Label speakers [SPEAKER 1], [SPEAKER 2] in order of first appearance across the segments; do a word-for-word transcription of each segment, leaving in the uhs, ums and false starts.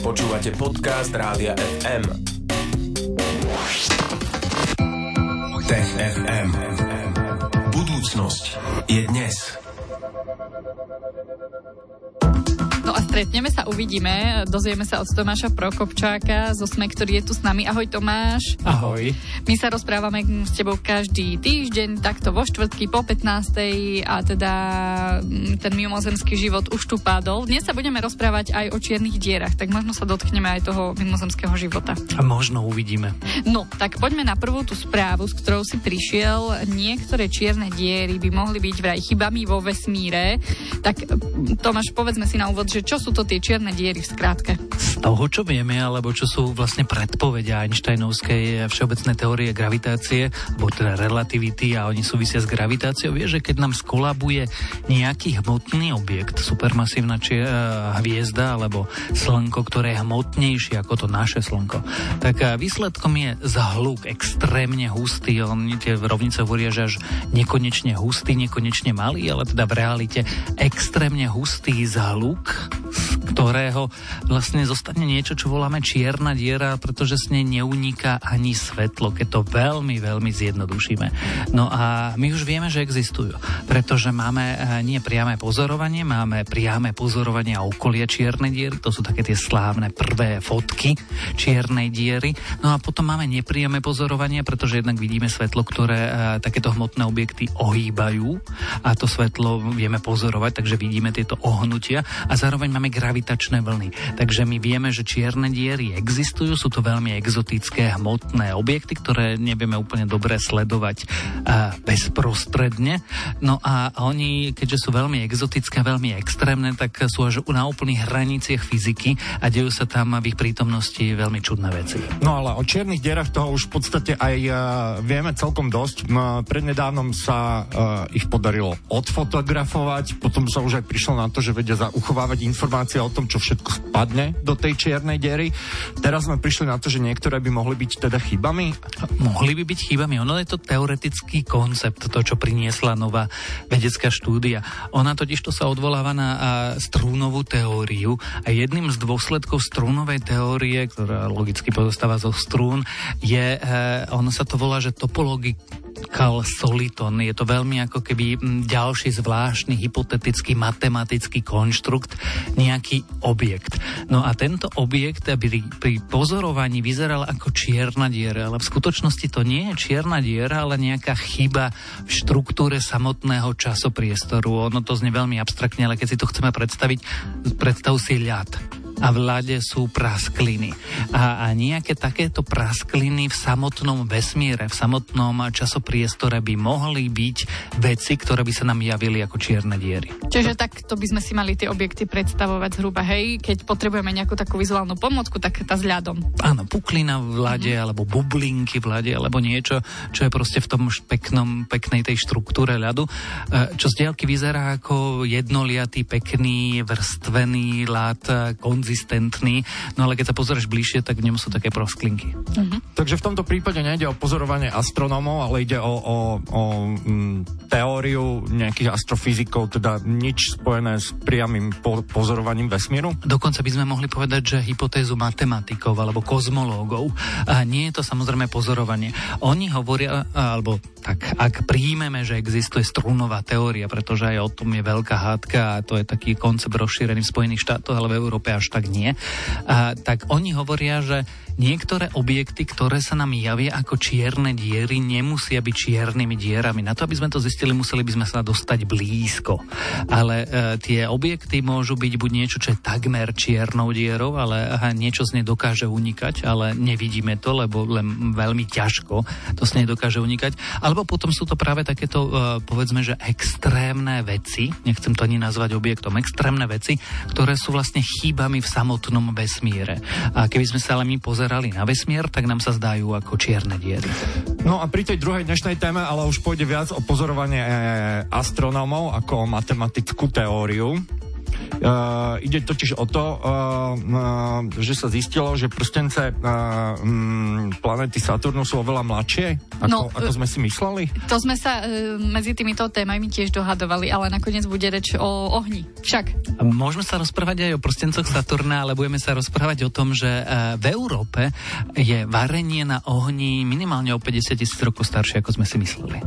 [SPEAKER 1] Počúvate podcast Rádia ef em. Tech ef em. Budúcnosť je dnes.
[SPEAKER 2] No a stretneme sa, uvidíme, dozvieme sa od Tomáša Prokopčáka z Osme, ktorý je tu s nami. Ahoj Tomáš.
[SPEAKER 3] Ahoj.
[SPEAKER 2] My sa rozprávame s tebou každý týždeň, takto vo štvrtky po pätnástej a teda ten mimozemský život už tu padol. Dnes sa budeme rozprávať aj o čiernych dierach, tak možno sa dotkneme aj toho mimozemského života.
[SPEAKER 3] A možno uvidíme.
[SPEAKER 2] No, tak poďme na prvú tú správu, s ktorou si prišiel. Niektoré čierne diery by mohli byť vraj chybami vo vesmíre. Tak Tomáš, povedzme si na úvod, že čo sú to tie čierne diery v skratke?
[SPEAKER 3] Z toho, čo vieme, alebo čo sú vlastne predpovedia Einsteinovskej všeobecnej teórie gravitácie, alebo teda relativity, a oni súvisia s gravitáciou, vie, že keď nám skolabuje nejaký hmotný objekt, supermasívna či, uh, hviezda alebo slnko, ktoré je hmotnejšie ako to naše slnko, tak uh, výsledkom je zhluk extrémne hustý. Oni tie rovnice hovoria, že až nekonečne hustý, nekonečne malý, ale teda v realite extrémne hustý zhluk, z ktorého vlastne zostane niečo, čo voláme čierna diera, pretože z nej neuniká ani svetlo, keď to veľmi, veľmi zjednodušíme. No a my už vieme, že existujú, pretože máme nie priame pozorovanie, máme priame pozorovanie okolia čiernej diery, to sú také tie slávne prvé fotky čiernej diery. No a potom máme nepriame pozorovanie, pretože jednak vidíme svetlo, ktoré takéto hmotné objekty ohýbajú a to svetlo vieme pozorovať, takže vidíme tieto ohnutia a zároveň máme gravitačné vlny. Takže my vieme, že čierne diery existujú, sú to veľmi exotické hmotné objekty, ktoré nevieme úplne dobre sledovať a bezprostredne. No a oni, keďže sú veľmi exotické, veľmi extrémne, tak sú až na úplných hraniciach fyziky a dejú sa tam v ich prítomnosti veľmi čudné veci.
[SPEAKER 4] No ale o čiernych dierach toho už v podstate aj uh, vieme celkom dosť. No, prednedávnom sa uh, ich podarilo odfotografovať, potom sa už aj prišlo na to, že vedia uchovávať informácie o tom, čo všetko spadne do tej čiernej diery. Teraz sme prišli na to, že niektoré by mohli byť teda chybami.
[SPEAKER 3] Mohli by byť chybami. Ono je to teoretický koncept, to, čo priniesla nová vedecká štúdia. Ona totiž to sa odvoláva na strúnovú teóriu a jedným z dôsledkov strúnovej teórie, ktorá logicky pozostáva zo strún, je, ono sa to volá, že topological soliton. Je to veľmi ako keby ďalší zvláštny hypotetický matematický konštrukt, nejaký objekt. No a tento objekt pri, pri pozorovaní vyzeral ako čierna diera, ale v skutočnosti to nie je čierna diera, ale nejaká chyba v štruktúre samotného časopriestoru. Ono to znie veľmi abstraktne, ale keď si to chceme predstaviť, predstav si ľad. A v ľade sú praskliny. A, a nejaké takéto praskliny v samotnom vesmíre, v samotnom časopriestore by mohli byť veci, ktoré by sa nám javili ako čierne diery.
[SPEAKER 2] Čiže takto by sme si mali tie objekty predstavovať zhruba, hej? Keď potrebujeme nejakú takú vizuálnu pomôcku, tak tá s ľadom.
[SPEAKER 3] Áno, puklina v ľade, mm-hmm. alebo bublinky v ľade, alebo niečo, čo je proste v tom peknom, peknej tej štruktúre ľadu, čo z diaľky vyzerá ako jednoliatý, pekný, vrstvený ľad, konzistentný, no ale keď sa pozrieš bližšie, tak v ňom sú také prosklinky.
[SPEAKER 2] Uh-huh.
[SPEAKER 4] Takže v tomto prípade nejde o pozorovanie astronómov, ale ide o, o, o m, teóriu nejakých astrofyzikov, teda nič spojené s priamym po, pozorovaním vesmíru?
[SPEAKER 3] Dokonca by sme mohli povedať, že hypotézu matematikov alebo kozmológov. A nie je to samozrejme pozorovanie. Oni hovoria, alebo tak, ak príjmeme, že existuje strúnová teória, pretože aj o tom je veľká hádka a to je taký koncept rozšírený v Spojených štátoch, ale v Európe až tak nie, a, tak oni hovoria, že niektoré objekty, ktoré sa nám javia ako čierne diery, nemusia byť čiernymi dierami. Na to, aby sme to zistili, museli by sme sa dostať blízko. Ale e, tie objekty môžu byť buď niečo, čo je takmer čiernou dierou, ale aha, niečo z nej dokáže unikať, ale nevidíme to, lebo len veľmi ťažko to z nej dokáže unikať. Alebo potom sú to práve takéto, e, povedzme, že extrémne veci, nechcem to ani nazvať objektom, extrémne veci, ktoré sú vlastne chybami v samotnom vesmíre. A keby sme sa ale my pozerali na vesmír, tak nám sa zdajú ako čierne diery.
[SPEAKER 4] No a pri tej druhej dnešnej téme, ale už pôjde viac o pozorovanie astronómov ako o matematickú teóriu. Uh, ide totiž o to, uh, uh, že sa zistilo, že prstence uh, um, planety Saturnu sú oveľa mladšie, ako, no, ako sme si mysleli.
[SPEAKER 2] To sme sa uh, medzi týmito témami tiež dohadovali, ale nakoniec bude reč o ohni. Však.
[SPEAKER 3] Môžeme sa rozprávať aj o prstencoch Saturna, ale budeme sa rozprávať o tom, že uh, v Európe je varenie na ohni minimálne o päťdesiat tisíc rokov staršie, ako sme si mysleli.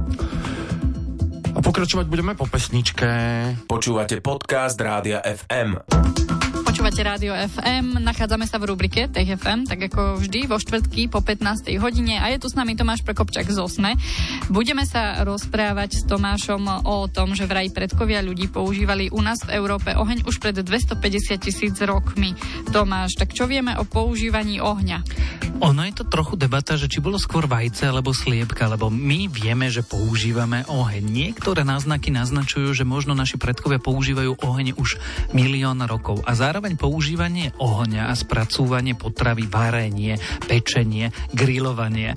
[SPEAKER 4] A pokračovať budeme po pesničke.
[SPEAKER 1] Počúvate podcast Rádia ef em.
[SPEAKER 2] Počúvate Rádio ef em, nachádzame sa v rubrike Tech ef em, tak ako vždy vo štvrtky po pätnástej hodine a je tu s nami Tomáš Prokopčák z Osme. Budeme sa rozprávať s Tomášom o tom, že vraj predkovia ľudí používali u nás v Európe oheň už pred dvestopäťdesiat tisíc rokmi. Tomáš, tak čo vieme o používaní ohňa?
[SPEAKER 3] Ono je to trochu debata, že či bolo skôr vajce alebo sliepka, lebo my vieme, že používame oheň. Niektoré náznaky naznačujú, že možno naši predkovia používajú oheň už milión rokov a zároveň používanie ohňa a spracúvanie potravy, varenie, pečenie, grilovanie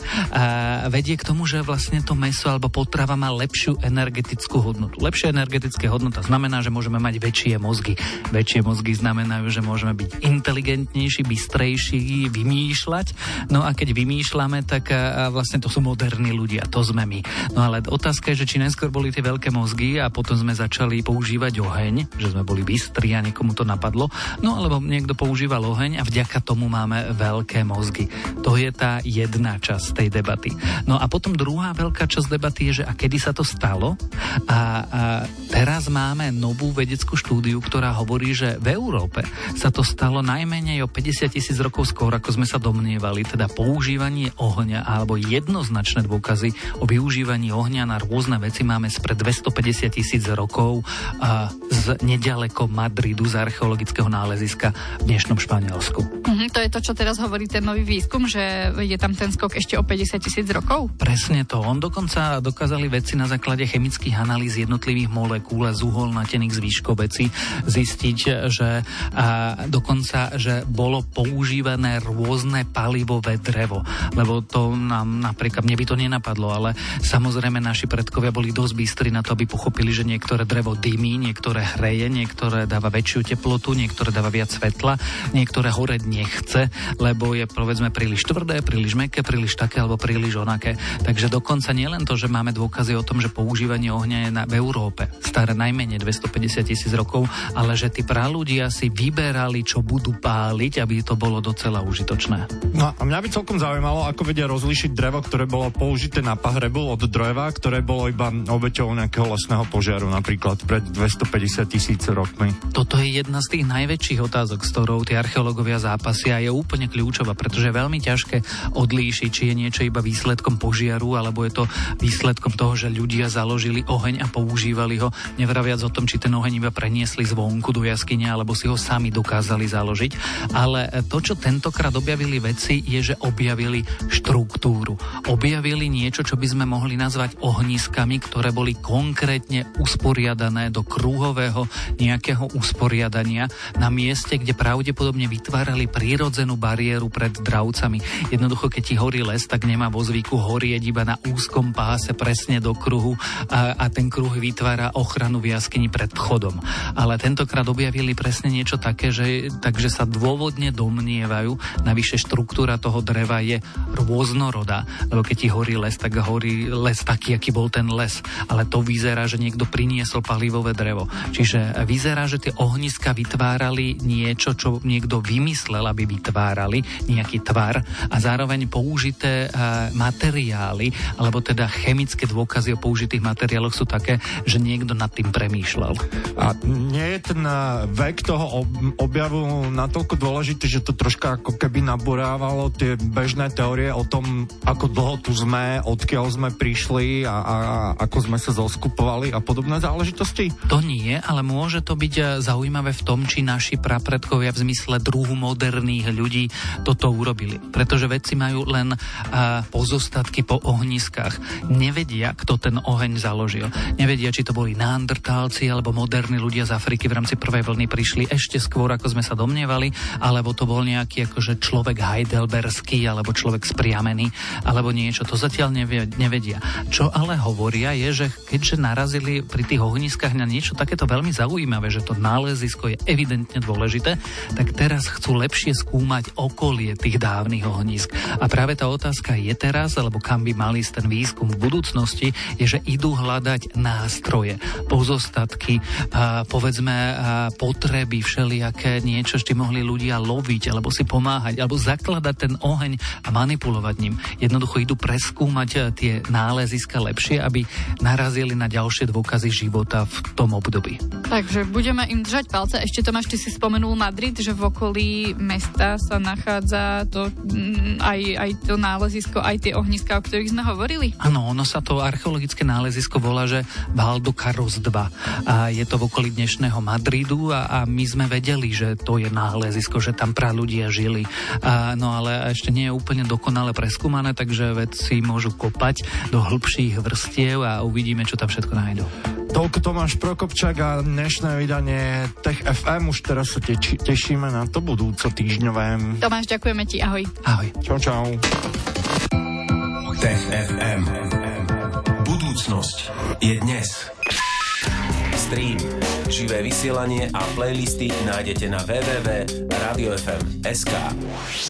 [SPEAKER 3] a vedie k tomu, že vlastne to mäso alebo potrava má lepšiu energetickú hodnotu. Lepšia energetická hodnota znamená, že môžeme mať väčšie mozgy. Väčšie mozgy znamenajú, že môžeme byť inteligentnejší, bystrejší, vymýšľať. No a keď vymýšľame, tak vlastne to sú moderní ľudia, to sme my. No ale otázka je, že či najskôr boli tie veľké mozgy a potom sme začali používať oheň, že sme boli bystrí a niekomu to napadlo. No alebo niekto používal oheň a vďaka tomu máme veľké mozgy. To je tá jedna časť tej debaty. No a potom druhá veľká časť debaty je, že a kedy sa to stalo? A, a teraz máme novú vedeckú štúdiu, ktorá hovorí, že v Európe sa to stalo najmenej o päťdesiat tisíc rokov skôr, ako sme sa domnievali. Teda používanie ohňa alebo jednoznačné dôkazy o využívaní ohňa na rôzne veci máme spred dvestopäťdesiat tisíc rokov a z nedaleko Madridu z archeologického náleziska v dnešnom Španielsku.
[SPEAKER 2] Mhm, to je to, čo teraz hovorí ten nový výskum, že je tam ten skok ešte o päťdesiat tisíc rokov?
[SPEAKER 3] Presne to. On dokonca dokázali vedci na základe chemických analýz jednotlivých molekúl a zúholnatených zvýškov veci zistiť, že a dokonca, že bolo používané rôzne palivové drevo. Lebo to nám napríklad, mne by to nenapadlo, ale samozrejme naši predkovia boli dosť bystri na to, aby pochopili, že niektoré drevo dymí, niektoré hreje, niektoré dáva väčšiu teplotu, niektoré dáva viac svetla, niektoré horeť nechce, lebo je povedzme príliš tvrdé, príliš mäkké, príliš také alebo príliš onaké. Takže dokonca nielen to, že máme dôkazy o tom, že používanie ohňa je na, v Európe staré najmenej dvestopäťdesiat tisíc rokov, ale že tí praľudia si vyberali, čo budú páliť, aby to bolo docela užitočné.
[SPEAKER 4] No a mňa by celkom zaujímalo, ako vedia rozlíšiť drevo, ktoré bolo použité na pahrebu od dreva, ktoré bolo iba obeťou nejakého lesného požiaru, napríklad pred dvestopäťdesiat tisíc rokmi.
[SPEAKER 3] Toto je jedna z tých najväčších otázok, s ktorou tí archeológovia zápasia, je úplne kľúčová, pretože je veľmi ťažké odlíšiť, či je niečo iba výsledkom požiaru, alebo je to výsledkom toho, že ľudia založili oheň a používali ho, nevraviac o tom, či ten oheň iba preniesli zvonku do jaskyne, alebo si ho sami dokázali založiť. Ale to, čo tentokrát objavili vedci, je, že objavili štruktúru. Objavili niečo, čo by sme mohli nazvať ohniskami, ktoré boli konkrétne usporiadané do krúhového nejakého usporiadania na mieste, kde pravdepodobne vytvárali prírodzenú bariéru pred dravcami. Jednoducho, keď ti horí les, tak nemá vo zvyku horieť iba na úzkom páse presne do kruhu a, a ten kruh vytvára ochranu v jaskyni pred vchodom. Ale tentokrát objavili presne niečo také, že, takže sa dôvodne domnievajú, navyše štruktúra toho dreva je rôznorodá, lebo keď ti horí les, tak horí les taký, aký bol ten les. Ale to vyzerá, že niekto priniesol palivové drevo. Čiže vyzerá, že tie ohniska vytvárali niečo, čo niekto vymyslel, aby vytvárali nejaký tvar a zároveň použité uh, materiály, alebo teda chemické dôkazy o použitých materiáloch sú také, že niekto nad tým premýšľal.
[SPEAKER 4] A nie je ten vek toho objavu natoľko dôležitý, že to troška ako keby naborávalo tie bežné teórie o tom, ako dlho tu sme, odkiaľ sme prišli a, a ako sme sa zoskupovali a podobné záležitosti?
[SPEAKER 3] To nie, ale môže to byť zaujímavé v tom, či naši naši prapredkovia v zmysle druhu moderných ľudí toto urobili. Pretože vedci majú len uh, pozostatky po ohniskách. Nevedia, kto ten oheň založil. Nevedia, či to boli neandertálci alebo moderní ľudia z Afriky v rámci prvej vlny prišli ešte skôr, ako sme sa domnievali, alebo to bol nejaký akože človek heidelberský alebo človek spriamený, alebo niečo. To zatiaľ nevedia. Čo ale hovoria je, že keďže narazili pri tých ohniskách na niečo takéto veľmi zaujímavé, že to nálezisko je evidentne dôležité, tak teraz chcú lepšie skúmať okolie tých dávnych ohnísk. A práve tá otázka je teraz, alebo kam by mali ísť ten výskum v budúcnosti, je, že idú hľadať nástroje, pozostatky, a povedzme a potreby všelijaké, niečo, čo mohli ľudia loviť, alebo si pomáhať, alebo zakladať ten oheň a manipulovať ním. Jednoducho idú preskúmať tie náleziska lepšie, aby narazili na ďalšie dôkazy života v tom období.
[SPEAKER 2] Takže budeme im držať palce. Ešte Tomáš, ty si spomenul Madrid, že v okolí mesta sa nachádza to, aj, aj to nálezisko, aj tie ohniská, o ktorých sme hovorili?
[SPEAKER 3] Áno, ono sa to archeologické nálezisko volá, že Val do Carros dva. A je to v okolí dnešného Madridu a, a my sme vedeli, že to je nálezisko, že tam pra ľudia žili. A, no ale ešte nie je úplne dokonale preskúmané, takže vedci môžu kopať do hĺbších vrstiev a uvidíme, čo tam všetko nájdu.
[SPEAKER 4] Toľko Tomáš Prokopčák a dnešné vydanie Tech ef em. Už teraz sa teči, tešíme na to budúco týždňové.
[SPEAKER 2] Tomáš, ďakujeme ti, ahoj.
[SPEAKER 3] Ahoj.
[SPEAKER 4] Čau, čau.
[SPEAKER 1] Tech ef em. Budúcnosť je dnes. Stream, živé vysielanie a playlisty nájdete na w w w bodka radio f m bodka es ka.